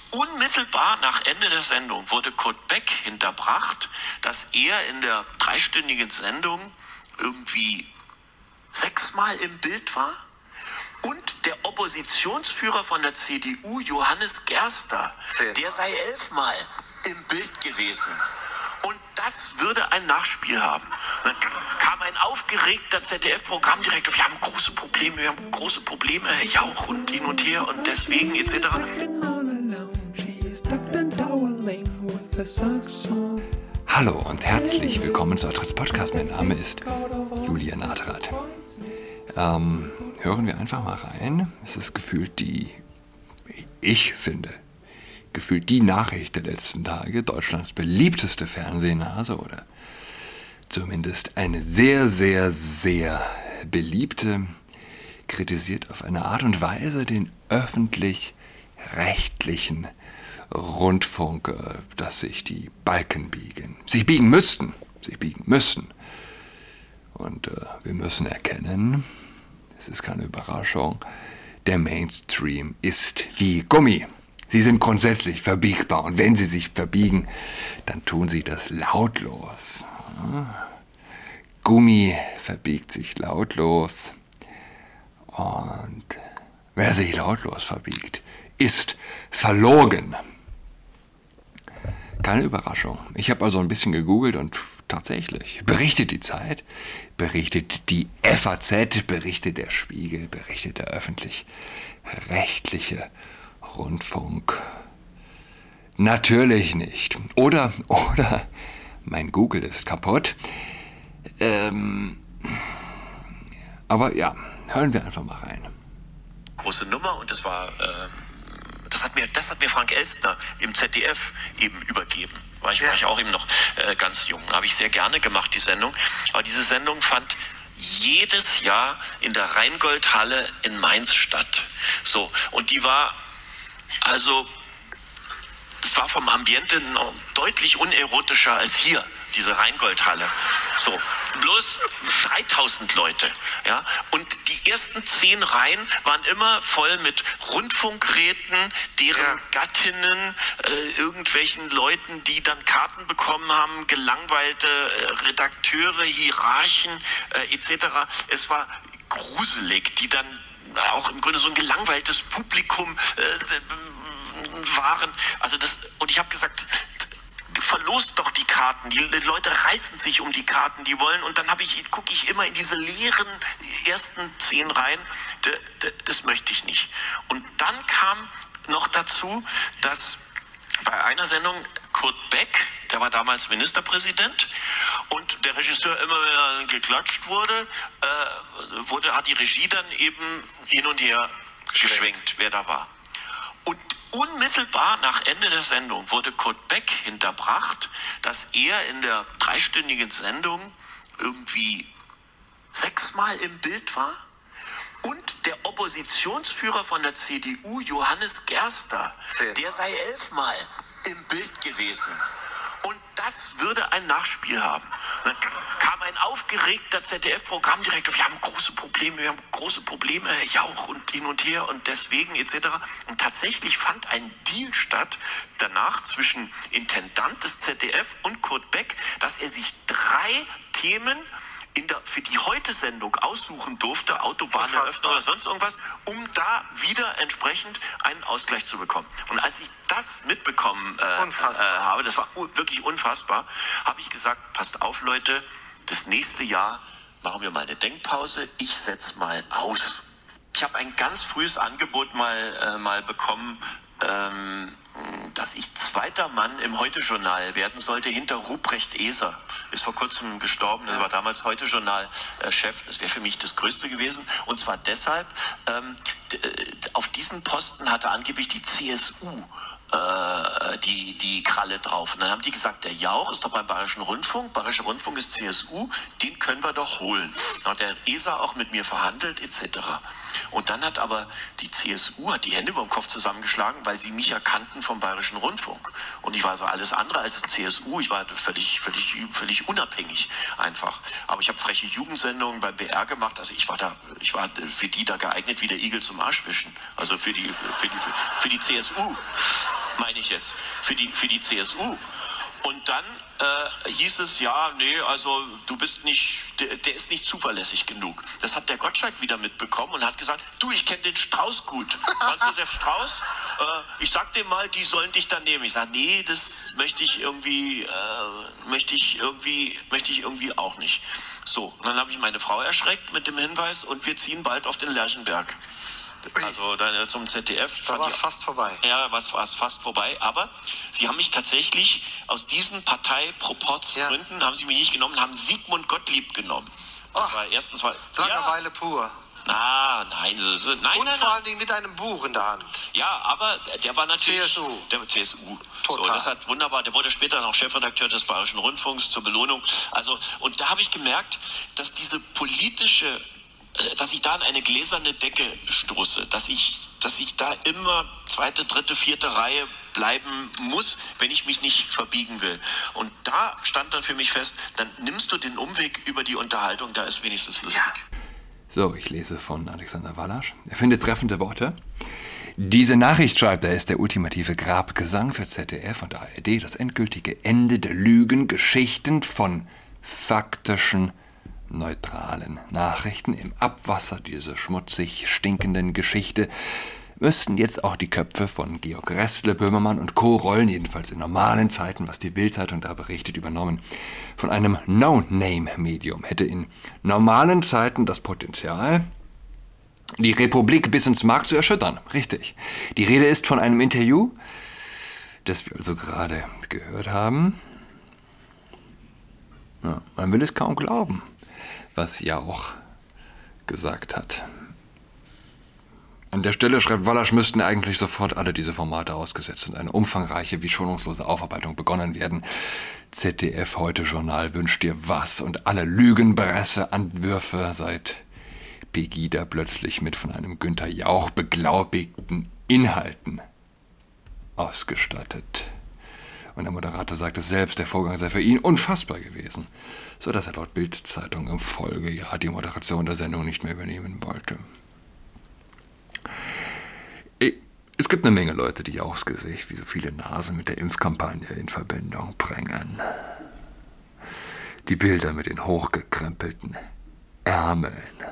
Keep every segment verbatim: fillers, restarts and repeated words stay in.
unmittelbar nach Ende der Sendung wurde Kurt Beck hinterbracht, dass er in der dreistündigen Sendung irgendwie sechsmal im Bild war. Und der Oppositionsführer von der C D U, Johannes Gerster, der sei elfmal im Bild gewesen. Und das würde ein Nachspiel haben. Dann kam ein aufgeregter Z D F-Programmdirektor, wir haben große Probleme, wir haben große Probleme, Herr Jauch und hin und her und deswegen et cetera. Hallo und herzlich willkommen zu Adrats Podcast. Mein Name ist Julian Adrat. Ähm, hören wir einfach mal rein. Es ist gefühlt die, ich finde, gefühlt die Nachricht der letzten Tage, Deutschlands beliebteste Fernsehnase oder zumindest eine sehr, sehr, sehr beliebte, kritisiert auf eine Art und Weise den öffentlich-rechtlichen Rundfunk, dass sich die Balken biegen. Sich biegen müssten, sich biegen müssen. Und äh, wir müssen erkennen, es ist keine Überraschung, der Mainstream ist wie Gummi. Sie sind grundsätzlich verbiegbar und wenn sie sich verbiegen, dann tun sie das lautlos. Gummi verbiegt sich lautlos und wer sich lautlos verbiegt, ist verlogen. Keine Überraschung. Ich habe also ein bisschen gegoogelt und tatsächlich berichtet die Zeit, berichtet die F A Z, berichtet der Spiegel, berichtet der öffentlich-rechtliche Rundfunk. Natürlich nicht. Oder, oder, mein Google ist kaputt. Ähm, aber ja, hören wir einfach mal rein. Große Nummer und das war, äh, das hat mir, das hat mir Frank Elstner im Z D F eben übergeben. War ich, war ich auch eben noch äh, ganz jung. Habe ich sehr gerne gemacht, die Sendung. Aber diese Sendung fand jedes Jahr in der Rheingoldhalle in Mainz statt. So, und die war Also, es war vom Ambiente noch deutlich unerotischer als hier, diese Rheingoldhalle. So, bloß dreitausend Leute, ja. Und die ersten zehn Reihen waren immer voll mit Rundfunkräten, deren ja. Gattinnen, äh, irgendwelchen Leuten, die dann Karten bekommen haben, gelangweilte äh, Redakteure, Hierarchen, äh, et cetera. Es war gruselig, die dann auch im Grunde so ein gelangweiltes Publikum äh, waren. Also das, und ich habe gesagt, verlost doch die Karten. Die, die Leute reißen sich um die Karten, die wollen. Und dann habe ich, gucke ich immer in diese leeren ersten zehn Reihen. De, de, das möchte ich nicht. Und dann kam noch dazu, dass bei einer Sendung Kurt Beck, der war damals Ministerpräsident, und der Regisseur immer wieder geklatscht wurde, äh, wurde, hat die Regie dann eben hin und her geschwenkt, wer da war. Und unmittelbar nach Ende der Sendung wurde Kurt Beck hinterbracht, dass er in der dreistündigen Sendung irgendwie sechsmal im Bild war. Und der Oppositionsführer von der C D U, Johannes Gerster, der sei elfmal im Bild gewesen. Und das würde ein Nachspiel haben. Dann kam ein aufgeregter Z D F-Programmdirektor, wir haben große Probleme, wir haben große Probleme, Herr Jauch und hin und her und deswegen et cetera. Und tatsächlich fand ein Deal statt danach zwischen Intendant des Z D F und Kurt Beck, dass er sich drei Themen in der, für die Heute-Sendung aussuchen durfte, Autobahneröffnung oder sonst irgendwas, um da wieder entsprechend einen Ausgleich zu bekommen. Und als ich das mitbekommen äh, äh, habe, das war wirklich unfassbar, habe ich gesagt, passt auf Leute, das nächste Jahr machen wir mal eine Denkpause, ich setze mal aus. Ich habe ein ganz frühes Angebot mal, äh, mal bekommen, ähm, dass ich zweiter Mann im Heute-Journal werden sollte, hinter Ruprecht Eser. Ist vor kurzem gestorben, er war damals Heute-Journal-Chef. Das wäre für mich das Größte gewesen. Und zwar deshalb, ähm, auf diesen Posten hatte angeblich die C S U äh, die, die Kralle drauf. Und dann haben die gesagt, der Jauch ist doch beim Bayerischen Rundfunk, Bayerischer Rundfunk ist C S U, den können wir doch holen. Dann hat der Eser auch mit mir verhandelt, et cetera. Und dann hat aber die C S U hat die Hände über den Kopf zusammengeschlagen, weil sie mich erkannten vom Bayerischen Rundfunk. Und ich war so alles andere als C S U. Ich war völlig, völlig, völlig unabhängig einfach. Aber ich habe freche Jugendsendungen beim B R gemacht. Also ich war da, ich war für die da geeignet wie der Igel zum Arschwischen. Also für die, für die, für die C S U. meine ich jetzt, für die, für die C S U. Und dann äh, hieß es, ja, nee, also du bist nicht, der, der ist nicht zuverlässig genug. Das hat der Gottschalk wieder mitbekommen und hat gesagt, du, ich kenne den Strauß gut. Franz Josef Strauß, äh, ich sag dir mal, die sollen dich dann nehmen. Ich sage, nee, das möchte ich irgendwie, äh, möchte ich irgendwie, möchte ich irgendwie auch nicht. So, und dann habe ich meine Frau erschreckt mit dem Hinweis und wir ziehen bald auf den Lerchenberg. Also dann zum Z D F. Da war es fast vorbei. Ja, war es fast vorbei. Aber sie haben mich tatsächlich aus diesen Parteiproporzgründen, ja. haben sie mich nicht genommen, haben Sigmund Gottlieb genommen. Das Ach, war erstens war Langeweile ja, pur. Ah, nein, so, nein, Und nein, vor nein. allen Dingen mit einem Buch in der Hand. Ja, aber der war natürlich... C S U. Der C S U. Total. So, das hat wunderbar, der wurde später noch Chefredakteur des Bayerischen Rundfunks zur Belohnung. Also, und da habe ich gemerkt, dass diese politische, dass ich da an eine gläserne Decke stoße, dass ich, dass ich da immer zweite, dritte, vierte Reihe bleiben muss, wenn ich mich nicht verbiegen will. Und da stand dann für mich fest, dann nimmst du den Umweg über die Unterhaltung, da ist wenigstens lustig. Ja. So, ich lese von Alexander Wallasch. Er findet treffende Worte. Diese Nachricht, schreibt er, ist der ultimative Grabgesang für Z D F und A R D, das endgültige Ende der Lügen, Geschichten von faktischen, neutralen Nachrichten. Im Abwasser dieser schmutzig stinkenden Geschichte müssten jetzt auch die Köpfe von Georg Restle, Böhmermann und Co. rollen, jedenfalls in normalen Zeiten, was die Bild-Zeitung da berichtet, übernommen. Von einem No-Name-Medium hätte in normalen Zeiten das Potenzial, die Republik bis ins Mark zu erschüttern. Richtig. Die Rede ist von einem Interview, das wir also gerade gehört haben. Ja, man will es kaum glauben, was Jauch gesagt hat. An der Stelle, schreibt Wallasch, müssten eigentlich sofort alle diese Formate ausgesetzt und eine umfangreiche wie schonungslose Aufarbeitung begonnen werden. Z D F Heute Journal wünscht dir was und alle Lügenpresse-Anwürfe seit Pegida plötzlich mit von einem Günther Jauch beglaubigten Inhalten ausgestattet. Und der Moderator sagte selbst, der Vorgang sei für ihn unfassbar gewesen, sodass er laut Bild-Zeitung im Folgejahr die Moderation der Sendung nicht mehr übernehmen wollte. Es gibt eine Menge Leute, die Jauchs Gesicht wie so viele Nasen mit der Impfkampagne in Verbindung bringen. Die Bilder mit den hochgekrempelten Ärmeln.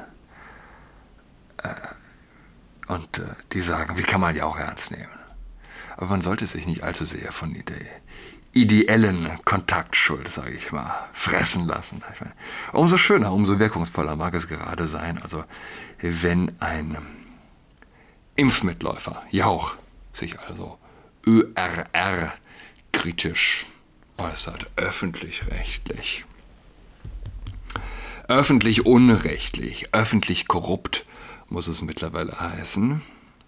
Äh, und äh, die sagen, wie kann man Jauch ernst nehmen? Aber man sollte sich nicht allzu sehr von der ideellen Kontaktschuld, sage ich mal, fressen lassen. Ich meine, umso schöner, umso wirkungsvoller mag es gerade sein. Also wenn ein Impfmitläufer Jauch sich also Ö R R kritisch äußert, öffentlich-rechtlich, öffentlich unrechtlich, öffentlich korrupt muss es mittlerweile heißen.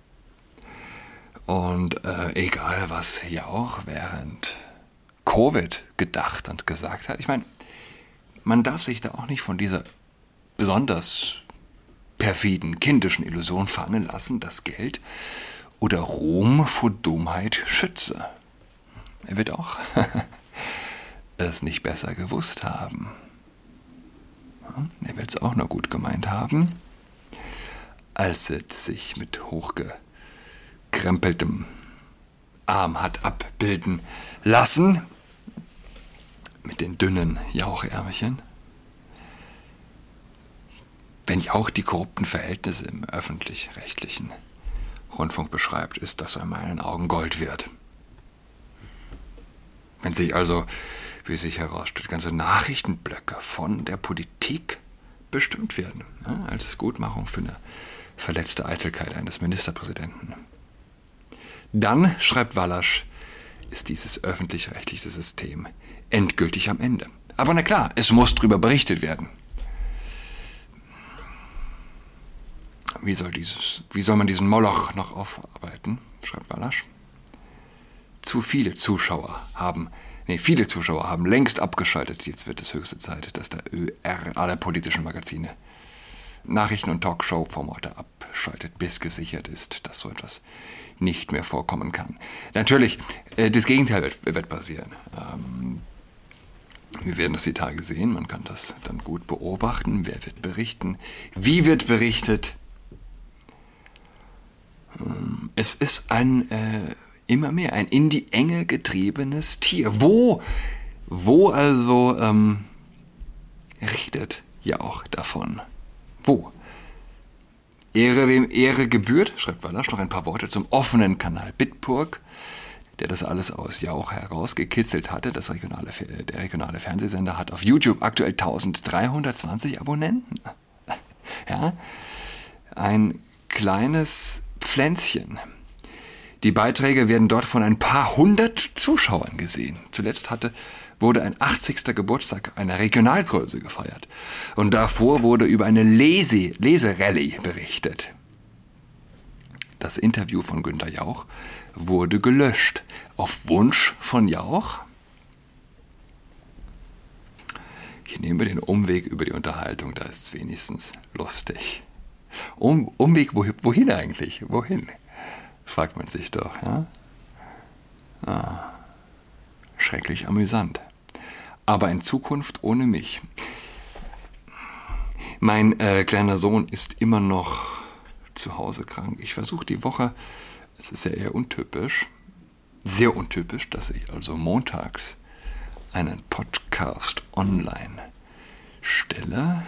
Und äh, egal, was Jauch während Covid gedacht und gesagt hat, ich meine, man darf sich da auch nicht von dieser besonders perfiden, kindischen Illusion fangen lassen, dass Geld oder Ruhm vor Dummheit schütze. Er wird auch es nicht besser gewusst haben. Er wird es auch nur gut gemeint haben, als er sich mit hochgekrempeltem Arm hat abbilden lassen, mit den dünnen Jauchärmchen. Wenn Jauch die korrupten Verhältnisse im öffentlich-rechtlichen Rundfunk beschreibt, ist das in meinen Augen Gold wert. Wenn sich also, wie sich herausstellt, ganze Nachrichtenblöcke von der Politik bestimmt werden, ja, als Gutmachung für eine verletzte Eitelkeit eines Ministerpräsidenten, dann, schreibt Wallasch, ist dieses öffentlich-rechtliche System endgültig am Ende. Aber na klar, es muss darüber berichtet werden. Wie soll, dieses, wie soll man diesen Moloch noch aufarbeiten, schreibt Wallasch. Zu viele Zuschauer haben, nee, viele Zuschauer haben längst abgeschaltet. Jetzt wird es höchste Zeit, dass der Ö R alle politischen Magazine, Nachrichten- und Talkshow-Formate abschaltet, bis gesichert ist, dass so etwas nicht mehr vorkommen kann. Natürlich, äh, das Gegenteil wird, wird passieren. Ähm, wir werden das die Tage sehen, man kann das dann gut beobachten. Wer wird berichten? Wie wird berichtet? Es ist ein äh, Immer mehr. Ein in die Enge getriebenes Tier. Wo, wo also ähm, redet Jauch davon? Wo? Ehre wem Ehre gebührt, schreibt Wallasch noch ein paar Worte zum offenen Kanal Bitburg, der das alles aus Jauch herausgekitzelt hatte. Das regionale, der regionale Fernsehsender hat auf YouTube aktuell dreizehnhundertzwanzig Abonnenten. Ja, ein kleines Pflänzchen. Die Beiträge werden dort von ein paar hundert Zuschauern gesehen. Zuletzt hatte, wurde ein achtzigster Geburtstag einer Regionalgröße gefeiert. Und davor wurde über eine Lese, Leserallye berichtet. Das Interview von Günther Jauch wurde gelöscht. Auf Wunsch von Jauch? Ich nehme den Umweg über die Unterhaltung, da ist es wenigstens lustig. Um, Umweg, wohin, wohin eigentlich? Wohin? Fragt man sich doch, ja? Ah, schrecklich amüsant. Aber in Zukunft ohne mich. Mein äh, kleiner Sohn ist immer noch zu Hause krank. Ich versuche die Woche, es ist ja eher untypisch, sehr untypisch, dass ich also montags einen Podcast online stelle.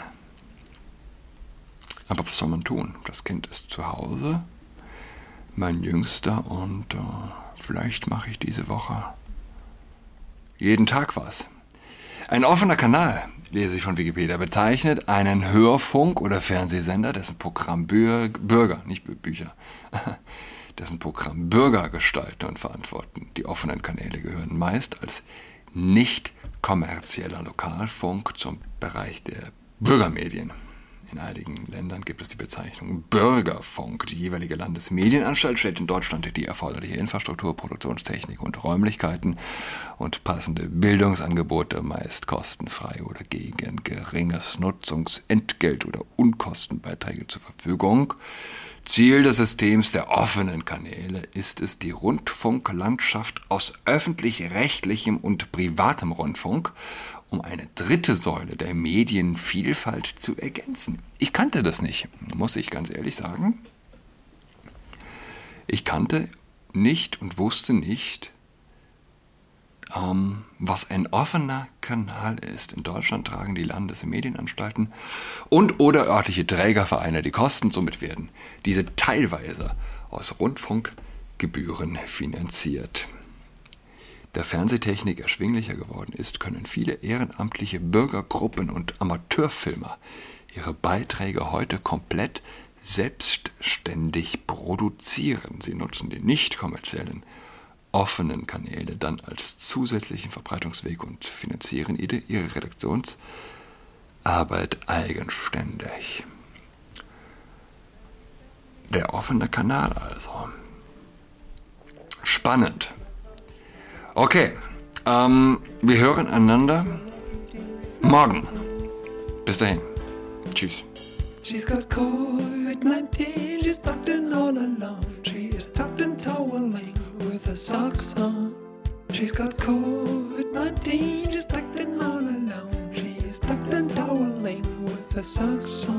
Aber was soll man tun? Das Kind ist zu Hause, mein Jüngster, und äh, vielleicht mache ich diese Woche jeden Tag was. Ein offener Kanal, lese ich von Wikipedia, bezeichnet einen Hörfunk- oder Fernsehsender, dessen Programm Bür- Bürger, nicht Bücher, dessen Programm Bürger gestalten und verantworten. Die offenen Kanäle gehören meist als nicht kommerzieller Lokalfunk zum Bereich der Bürgermedien. In einigen Ländern gibt es die Bezeichnung Bürgerfunk. Die jeweilige Landesmedienanstalt stellt in Deutschland die erforderliche Infrastruktur, Produktionstechnik und Räumlichkeiten und passende Bildungsangebote, meist kostenfrei oder gegen geringes Nutzungsentgelt oder Unkostenbeiträge zur Verfügung. Ziel des Systems der offenen Kanäle ist es, die Rundfunklandschaft aus öffentlich-rechtlichem und privatem Rundfunk um eine dritte Säule der Medienvielfalt zu ergänzen. Ich kannte das nicht, muss ich ganz ehrlich sagen. Ich kannte nicht und wusste nicht, ähm, was ein offener Kanal ist. In Deutschland tragen die Landesmedienanstalten und oder örtliche Trägervereine die Kosten. Somit werden diese teilweise aus Rundfunkgebühren finanziert. Da Fernsehtechnik erschwinglicher geworden ist, können viele ehrenamtliche Bürgergruppen und Amateurfilmer ihre Beiträge heute komplett selbstständig produzieren. Sie nutzen die nicht kommerziellen, offenen Kanäle dann als zusätzlichen Verbreitungsweg und finanzieren ihre Redaktionsarbeit eigenständig. Der offene Kanal also. Spannend. Okay, ähm, wir hören einander morgen. Bis dahin. Tschüss. She's got COVID nineteen, she's tucked in all alone. She is tucked in toweling with her socks on. She's got COVID nineteen, she's tucked in all alone. She is tucked in toweling with her socks on.